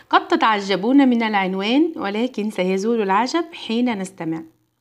قد تتعجبون من العنوان، ولكن سيزول العجب حين نستمع.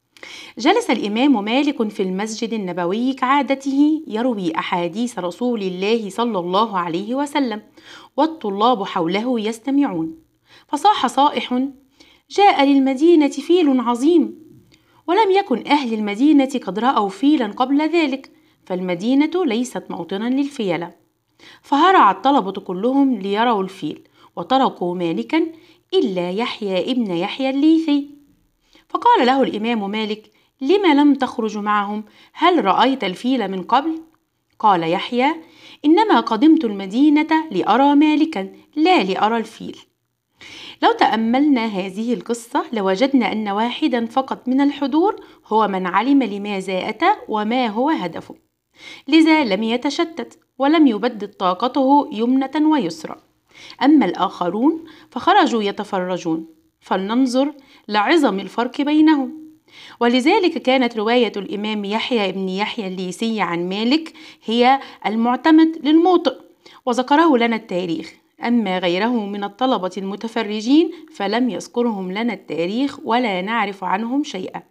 جلس الإمام مالك في المسجد النبوي كعادته يروي أحاديث رسول الله صلى الله عليه وسلم، والطلاب حوله يستمعون. فصاح صائح: جاء للمدينة فيل عظيم، ولم يكن أهل المدينة قد رأوا فيلا قبل ذلك، فالمدينة ليست موطنا للفيلة. فهرع الطلبة كلهم ليروا الفيل، وتركوا مالكا إلا يحيى ابن يحيى الليثي. فقال له الإمام مالك: لم لم تخرج معهم؟ هل رأيت الفيل من قبل؟ قال يحيى: إنما قدمت المدينة لأرى مالكا، لا لأرى الفيل. لو تأملنا هذه القصة لوجدنا أن واحدا فقط من الحضور هو من علم لماذا أتى وما هو هدفه، لذا لم يتشتت ولم يبدد طاقته يمنة ويسرى. أما الآخرون فخرجوا يتفرجون، فلننظر لعظم الفرق بينهم. ولذلك كانت رواية الإمام يحيى بن يحيى الليثي عن مالك هي المعتمد للموطئ، وذكره لنا التاريخ. أما غيره من الطلبة المتفرجين فلم يذكرهم لنا التاريخ ولا نعرف عنهم شيئا.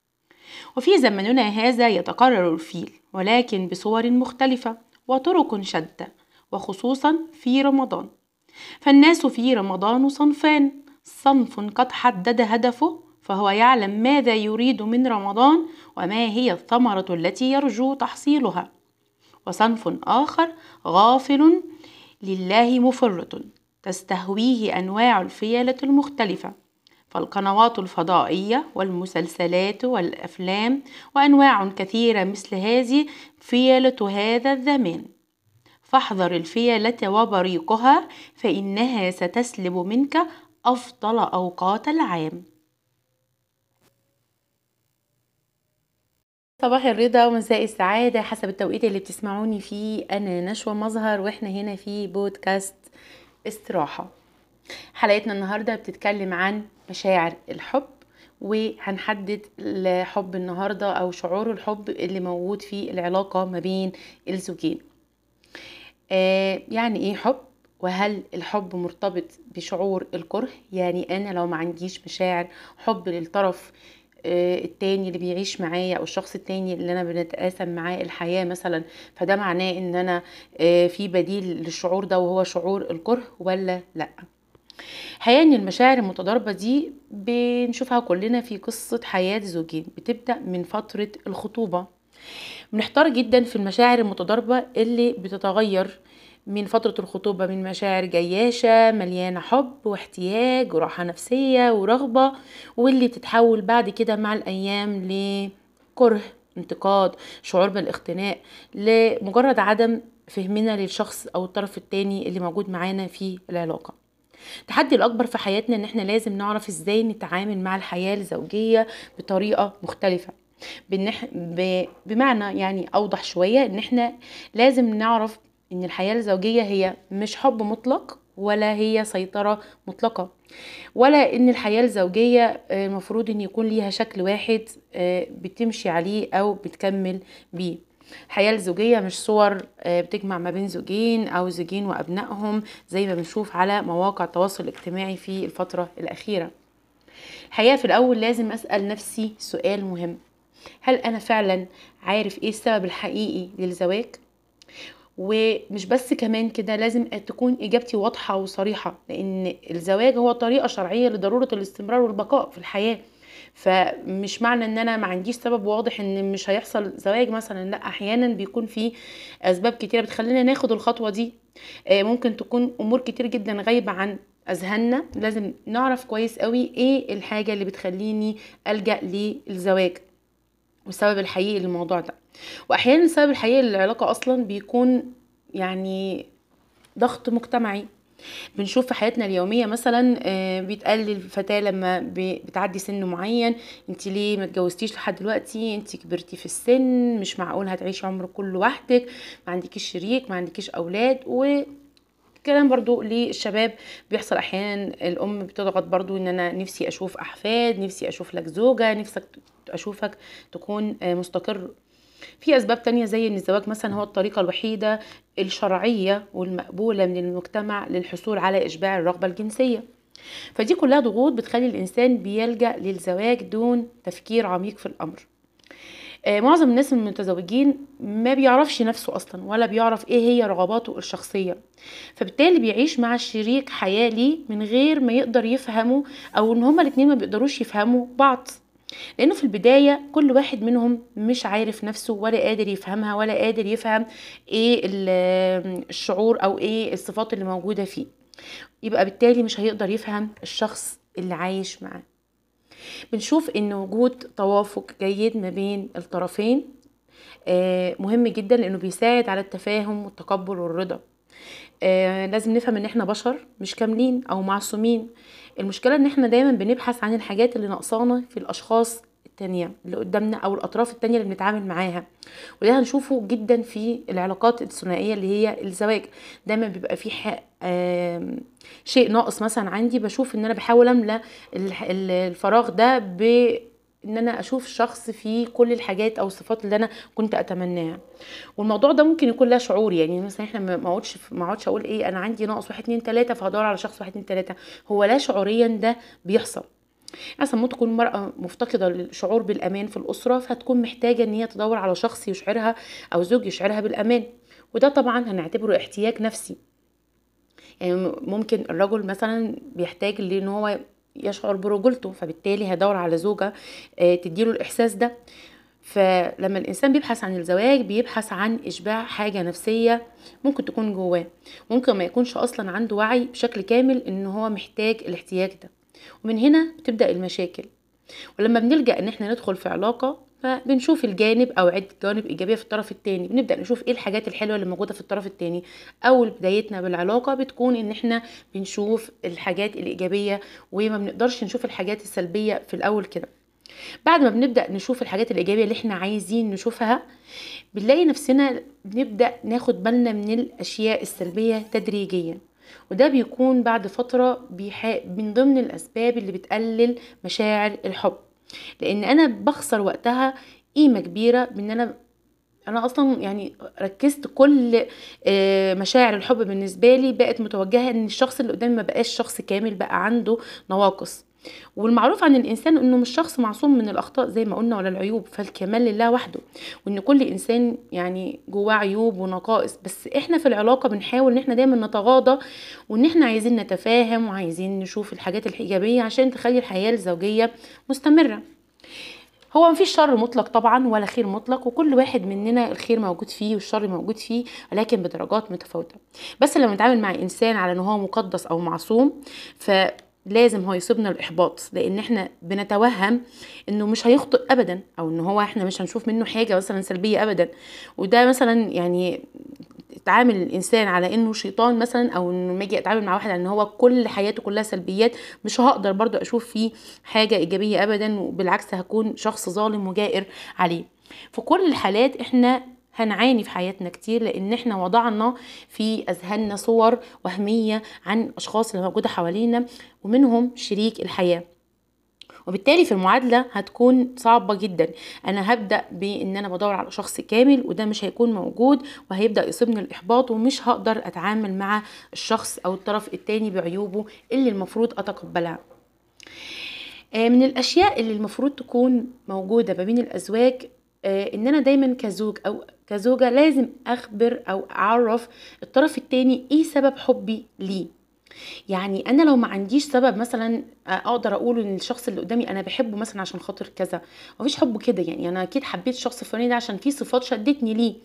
وفي زمننا هذا يتكرر الفيل، ولكن بصور مختلفة وطرق شتى، وخصوصا في رمضان. فالناس في رمضان صنفان: صنف قد حدد هدفه فهو يعلم ماذا يريد من رمضان وما هي الثمرة التي يرجو تحصيلها، وصنف آخر غافل لله مفرط تستهويه أنواع الفيلة المختلفة، فالقنوات الفضائية والمسلسلات والأفلام وأنواع كثيرة مثل هذه فيلة هذا الزمان. فاحذر الفيلة وبريقها، فإنها ستسلب منك أفضل أوقات العام. صباح الرضا ومساء السعادة حسب التوقيت اللي بتسمعوني فيه. أنا نشوى مظهر، وإحنا هنا في بودكاست استراحة. حلقتنا النهاردة بتتكلم عن مشاعر الحب، وهنحدد الحب النهاردة أو شعور الحب اللي موجود في العلاقة ما بين الزوجين. يعني إيه حب؟ وهل الحب مرتبط بشعور الكره؟ يعني أنا لو ما عنديش مشاعر حب للطرف التاني اللي بيعيش معايا او الشخص التاني اللي انا بنتقاسم معاه الحياة مثلا، فده معناه ان انا في بديل للشعور ده وهو شعور الكره ولا لا؟ حقيقة ان المشاعر المتضاربة دي بنشوفها كلنا في قصة حياة زوجين بتبدأ من فترة الخطوبة. بنحتار جدا في المشاعر المتضاربة اللي بتتغير من فترة الخطوبة، من مشاعر جياشة مليانة حب واحتياج وراحة نفسية ورغبة، واللي بتتحول بعد كده مع الأيام لكره، انتقاد، شعور بالاختناق، لمجرد عدم فهمنا للشخص أو الطرف التاني اللي موجود معانا في العلاقة. التحدي الأكبر في حياتنا إن احنا لازم نعرف ازاي نتعامل مع الحياة الزوجية بطريقة مختلفة. بمعنى يعني أوضح شوية إن احنا لازم نعرف إن الحياة الزوجية هي مش حب مطلق، ولا هي سيطرة مطلقة، ولا إن الحياة الزوجية مفروض إن يكون ليها شكل واحد بتمشي عليه أو بتكمل بيه. الحياة الزوجية مش صور بتجمع ما بين زوجين أو زوجين وأبنائهم زي ما بنشوف على مواقع التواصل الاجتماعي في الفترة الأخيرة. الحقيقة في الأول لازم أسأل نفسي سؤال مهم: هل أنا فعلا عارف إيه السبب الحقيقي للزواج؟ ومش بس كمان كده، لازم تكون إجابتي واضحة وصريحة، لأن الزواج هو طريقة شرعية لضرورة الاستمرار والبقاء في الحياة. فمش معنى ان انا ما عنديش سبب واضح ان مش هيحصل زواج مثلا، لا، احيانا بيكون في اسباب كتيرة بتخلينا ناخد الخطوة دي. ممكن تكون امور كتير جدا غايبة عن اذهاننا. لازم نعرف كويس قوي ايه الحاجة اللي بتخليني ألجأ للزواج والسبب الحقيقي للموضوع ده. واحيانا السبب الحقيقي للعلاقة اصلا بيكون يعني ضغط مجتمعي. بنشوف في حياتنا اليومية مثلا بيتقال للفتاة لما بتعدي سن معين: انت ليه ما اتجوزتيش لحد دلوقتي؟ انت كبرتي في السن، مش معقول هتعيشي عمرك كله لوحدك، ما عندكيش شريك، ما عندكيش اولاد. وكلام برضو للشباب بيحصل احيانا، الام بتضغط برضو ان انا نفسي اشوف احفاد، نفسي اشوف لك زوجة، نفسك اشوفك تكون مستقر. في أسباب تانية زي أن الزواج مثلا هو الطريقة الوحيدة الشرعية والمقبولة من المجتمع للحصول على إشباع الرغبة الجنسية. فدي كلها ضغوط بتخلي الإنسان بيلجأ للزواج دون تفكير عميق في الأمر. معظم الناس المتزوجين ما بيعرفش نفسه أصلا ولا بيعرف ايه هي رغباته الشخصية، فبالتالي بيعيش مع الشريك حياة ليه من غير ما يقدر يفهمه، أو ان هما الاتنين ما بيقدروش يفهموا بعض، لأنه في البداية كل واحد منهم مش عارف نفسه ولا قادر يفهمها ولا قادر يفهم ايه الشعور أو ايه الصفات اللي موجودة فيه، يبقى بالتالي مش هيقدر يفهم الشخص اللي عايش معاه. بنشوف ان وجود توافق جيد ما بين الطرفين مهم جدا، لانه بيساعد على التفاهم والتقبل والرضا. لازم نفهم ان احنا بشر مش كاملين او معصومين، المشكلة ان احنا دايما بنبحث عن الحاجات اللي ناقصانا في الاشخاص التانية اللي قدامنا او الاطراف التانية اللي بنتعامل معاها، وده هنشوفه جدا في العلاقات الثنائية اللي هي الزواج. دايما بيبقى في شيء ناقص مثلا عندي، بشوف ان انا بحاول املى الفراغ ده ان انا اشوف شخص فيه كل الحاجات او الصفات اللي انا كنت اتمناها. والموضوع ده ممكن يكون له شعور، يعني مثلا احنا ما اقعدش اقول ايه انا عندي ناقص 1 2 3 فهدور على شخص 1 2 3، هو لا شعوريا ده بيحصل. مثلا ممكن تكون مرأة مفتقدة للشعور بالأمان في الأسرة، فهتكون محتاجة إن هي تدور على شخص يشعرها أو زوج يشعرها بالأمان، وده طبعا هنعتبره احتياج نفسي. يعني ممكن الرجل مثلا بيحتاج لأن هو يشعر برجولته، فبالتالي هيدور على زوجة تديله الإحساس ده. فلما الإنسان بيبحث عن الزواج بيبحث عن إشباع حاجة نفسية ممكن تكون جواه، ممكن ما يكونش أصلا عنده وعي بشكل كامل إن هو محتاج الاحتياج ده، ومن هنا بتبدأ المشاكل. ولما بنلجأ ان احنا ندخل في علاقة فبنشوف الجانب او عدة جوانب ايجابية في الطرف التاني، بنبدأ نشوف ايه الحاجات الحلوة اللي موجودة في الطرف التاني. اول بدايتنا بالعلاقة بتكون ان احنا بنشوف الحاجات الايجابية وما بنقدرش نشوف الحاجات السلبية في الاول كده. بعد ما بنبدأ نشوف الحاجات الايجابية اللي احنا عايزين نشوفها، بنلاقي نفسنا بنبدأ ناخد بالنا من الاشياء السلبية تدريجيا، وده بيكون بعد فترة من ضمن الأسباب اللي بتقلل مشاعر الحب، لأن أنا بخسر وقتها قيمة كبيرة بأن أنا أصلا يعني ركزت كل مشاعر الحب بالنسبة لي بقت متوجهة أن الشخص اللي قدامي ما بقاش شخص كامل، بقى عنده نواقص. والمعروف عن الانسان انه مش شخص معصوم من الاخطاء زي ما قلنا ولا العيوب، فالكمال لله وحده، وان كل انسان يعني جواه عيوب ونقائص، بس احنا في العلاقه بنحاول ان احنا دايما نتغاضى، وان احنا عايزين نتفاهم وعايزين نشوف الحاجات الايجابيه عشان تخلي الحياه الزوجيه مستمره. هو مفيش شر مطلق طبعا ولا خير مطلق، وكل واحد مننا الخير موجود فيه والشر موجود فيه، ولكن بدرجات متفاوته. بس لما نتعامل مع انسان على ان هو مقدس او معصوم، لازم هو يصيبنا الاحباط، لان احنا بنتوهم انه مش هيخطئ ابدا، او ان هو احنا مش هنشوف منه حاجه مثلا سلبيه ابدا. وده مثلا يعني تعامل الانسان على انه شيطان مثلا، او انه لما اجي اتعامل مع واحد ان هو كل حياته كلها سلبيات، مش هقدر برضو اشوف فيه حاجه ايجابيه ابدا، وبالعكس هكون شخص ظالم وجائر عليه. في كل الحالات احنا هنعاني في حياتنا كتير، لان احنا وضعنا في اذهاننا صور وهميه عن الاشخاص اللي موجوده حوالينا ومنهم شريك الحياه، وبالتالي في المعادلة هتكون صعبة جدا. انا هبدأ بان انا بدور على شخص كامل وده مش هيكون موجود، وهيبدأ يصيبني الاحباط ومش هقدر اتعامل مع الشخص او الطرف التاني بعيوبه اللي المفروض اتقبلها. من الاشياء اللي المفروض تكون موجودة ما بين الازواج ان انا دايما كزوج او كزوجة لازم اخبر او اعرف الطرف التاني ايه سبب حبي ليه. يعني انا لو ما عنديش سبب مثلا اقدر اقول ان الشخص اللي قدامي انا بحبه مثلا عشان خاطر كذا، مفيش حب كده، يعني انا اكيد حبيت الشخص الفلاني ده عشان فيه صفات شدتني ليه.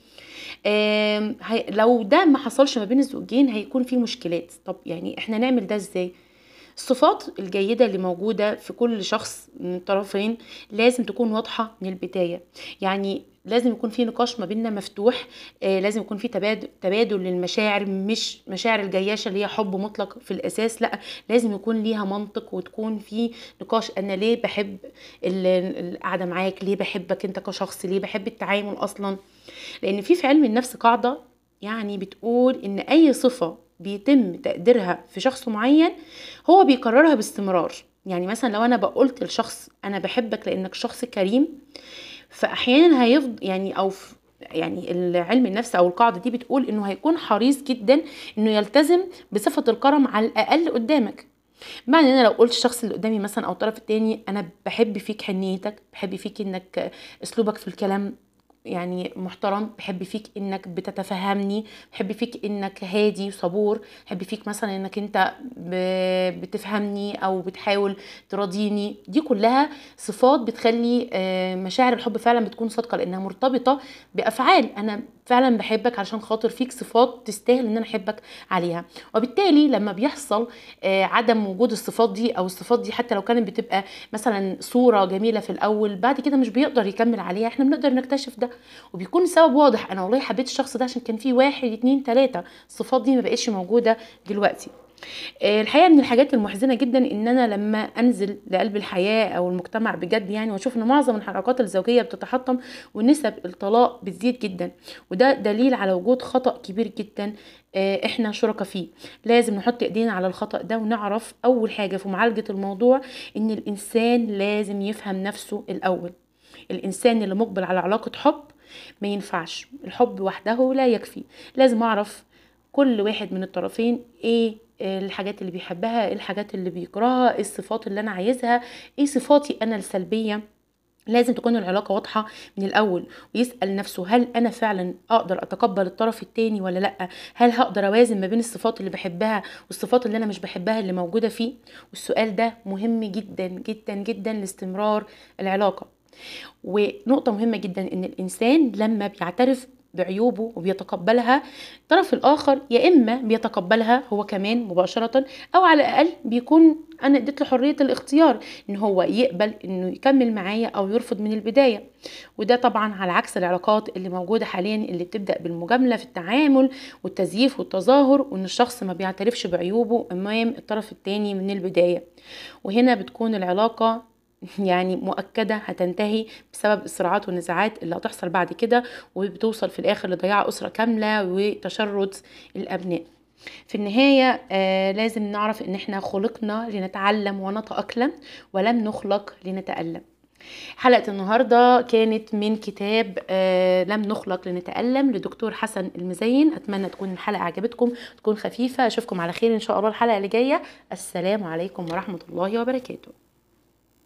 لو ده ما حصلش ما بين الزوجين هيكون في مشكلات. طب يعني احنا نعمل ده ازاي؟ الصفات الجيدة اللي موجودة في كل شخص من الطرفين لازم تكون واضحة من البداية، يعني لازم يكون في نقاش ما بيننا مفتوح، لازم يكون في تبادل للمشاعر، مش مشاعر الجياشة اللي هي حب مطلق في الأساس، لا لازم يكون ليها منطق وتكون في نقاش. أنا ليه بحب القعدة معاك، ليه بحبك أنت كشخص، ليه بحب التعامل أصلا. لأن في علم النفس قاعدة يعني بتقول إن أي صفة بيتم تقديرها في شخص معين هو بيكررها باستمرار. يعني مثلا لو انا بقولت لشخص انا بحبك لانك شخص كريم، فاحيانا هيفضل يعني يعني العلم النفس او القاعده دي بتقول انه هيكون حريص جدا انه يلتزم بصفه الكرم على الاقل قدامك. بمعنى ان انا لو قلت الشخص اللي قدامي مثلا او الطرف التاني انا بحب فيك حنيتك، بحب فيك انك اسلوبك في الكلام يعني محترم، بحب فيك انك بتتفهمني، بحب فيك انك هادي وصبور، بحب فيك مثلا انك انت بتفهمني او بتحاول تراضيني. دي كلها صفات بتخلي مشاعر الحب فعلا بتكون صادقه، لانها مرتبطه بافعال. انا فعلا بحبك علشان خاطر فيك صفات تستاهل ان انا احبك عليها. وبالتالي لما بيحصل عدم وجود الصفات دي، او الصفات دي حتى لو كانت بتبقى مثلا صوره جميله في الاول، بعد كده مش بيقدر يكمل عليها. احنا بنقدر نكتشف ده، وبيكون السبب واضح. انا والله حبيت الشخص ده عشان كان فيه واحد اتنين تلاته، الصفات دي ما بقتش موجوده دلوقتي. الحقيقه من الحاجات المحزنه جدا ان انا لما انزل لقلب الحياه او المجتمع بجد يعني، واشوف ان معظم الحلقات الزوجيه بتتحطم ونسب الطلاق بتزيد جدا، وده دليل على وجود خطأ كبير جدا احنا شركاء فيه. لازم نحط ايدينا على الخطأ ده ونعرف اول حاجه في معالجه الموضوع ان الانسان لازم يفهم نفسه الاول. الانسان اللي مقبل على علاقه حب ما ينفعش، الحب وحده لا يكفي. لازم اعرف كل واحد من الطرفين ايه الحاجات اللي بيحبها، ايه الحاجات اللي بيكرهها، ايه الصفات اللي انا عايزها، ايه صفاتي انا السلبية. لازم تكون العلاقة واضحة من الأول، ويسأل نفسه هل أنا فعلا أقدر أتقبل الطرف التاني ولا لأ؟ هل هقدر أوازن ما بين الصفات اللي بحبها والصفات اللي أنا مش بحبها اللي موجودة فيه؟ والسؤال ده مهم جدا جدا جدا لاستمرار العلاقة. ونقطة مهمة جدا ان الانسان لما بيعترف بعيوبه وبيتقبلها، الطرف الاخر يا اما بيتقبلها هو كمان مباشرة، او على الاقل بيكون انا اديت له حرية الاختيار ان هو يقبل انه يكمل معايا او يرفض من البداية. وده طبعا على عكس العلاقات اللي موجودة حاليا اللي بتبدأ بالمجاملة في التعامل والتزييف والتظاهر، وان الشخص ما بيعترفش بعيوبه امام الطرف التاني من البداية. وهنا بتكون العلاقة يعني مؤكدة هتنتهي بسبب الصراعات والنزاعات اللي هتحصل بعد كده، وبتوصل في الآخر لضياع أسرة كاملة وتشرد الأبناء. في النهاية لازم نعرف ان احنا خلقنا لنتعلم ونتأقلم، ولم نخلق لنتألم. حلقة النهاردة كانت من كتاب لم نخلق لنتألم لدكتور حسن المزين. أتمنى تكون الحلقة عجبتكم، تكون خفيفة. أشوفكم على خير إن شاء الله الحلقة اللي جاية. السلام عليكم ورحمة الله وبركاته.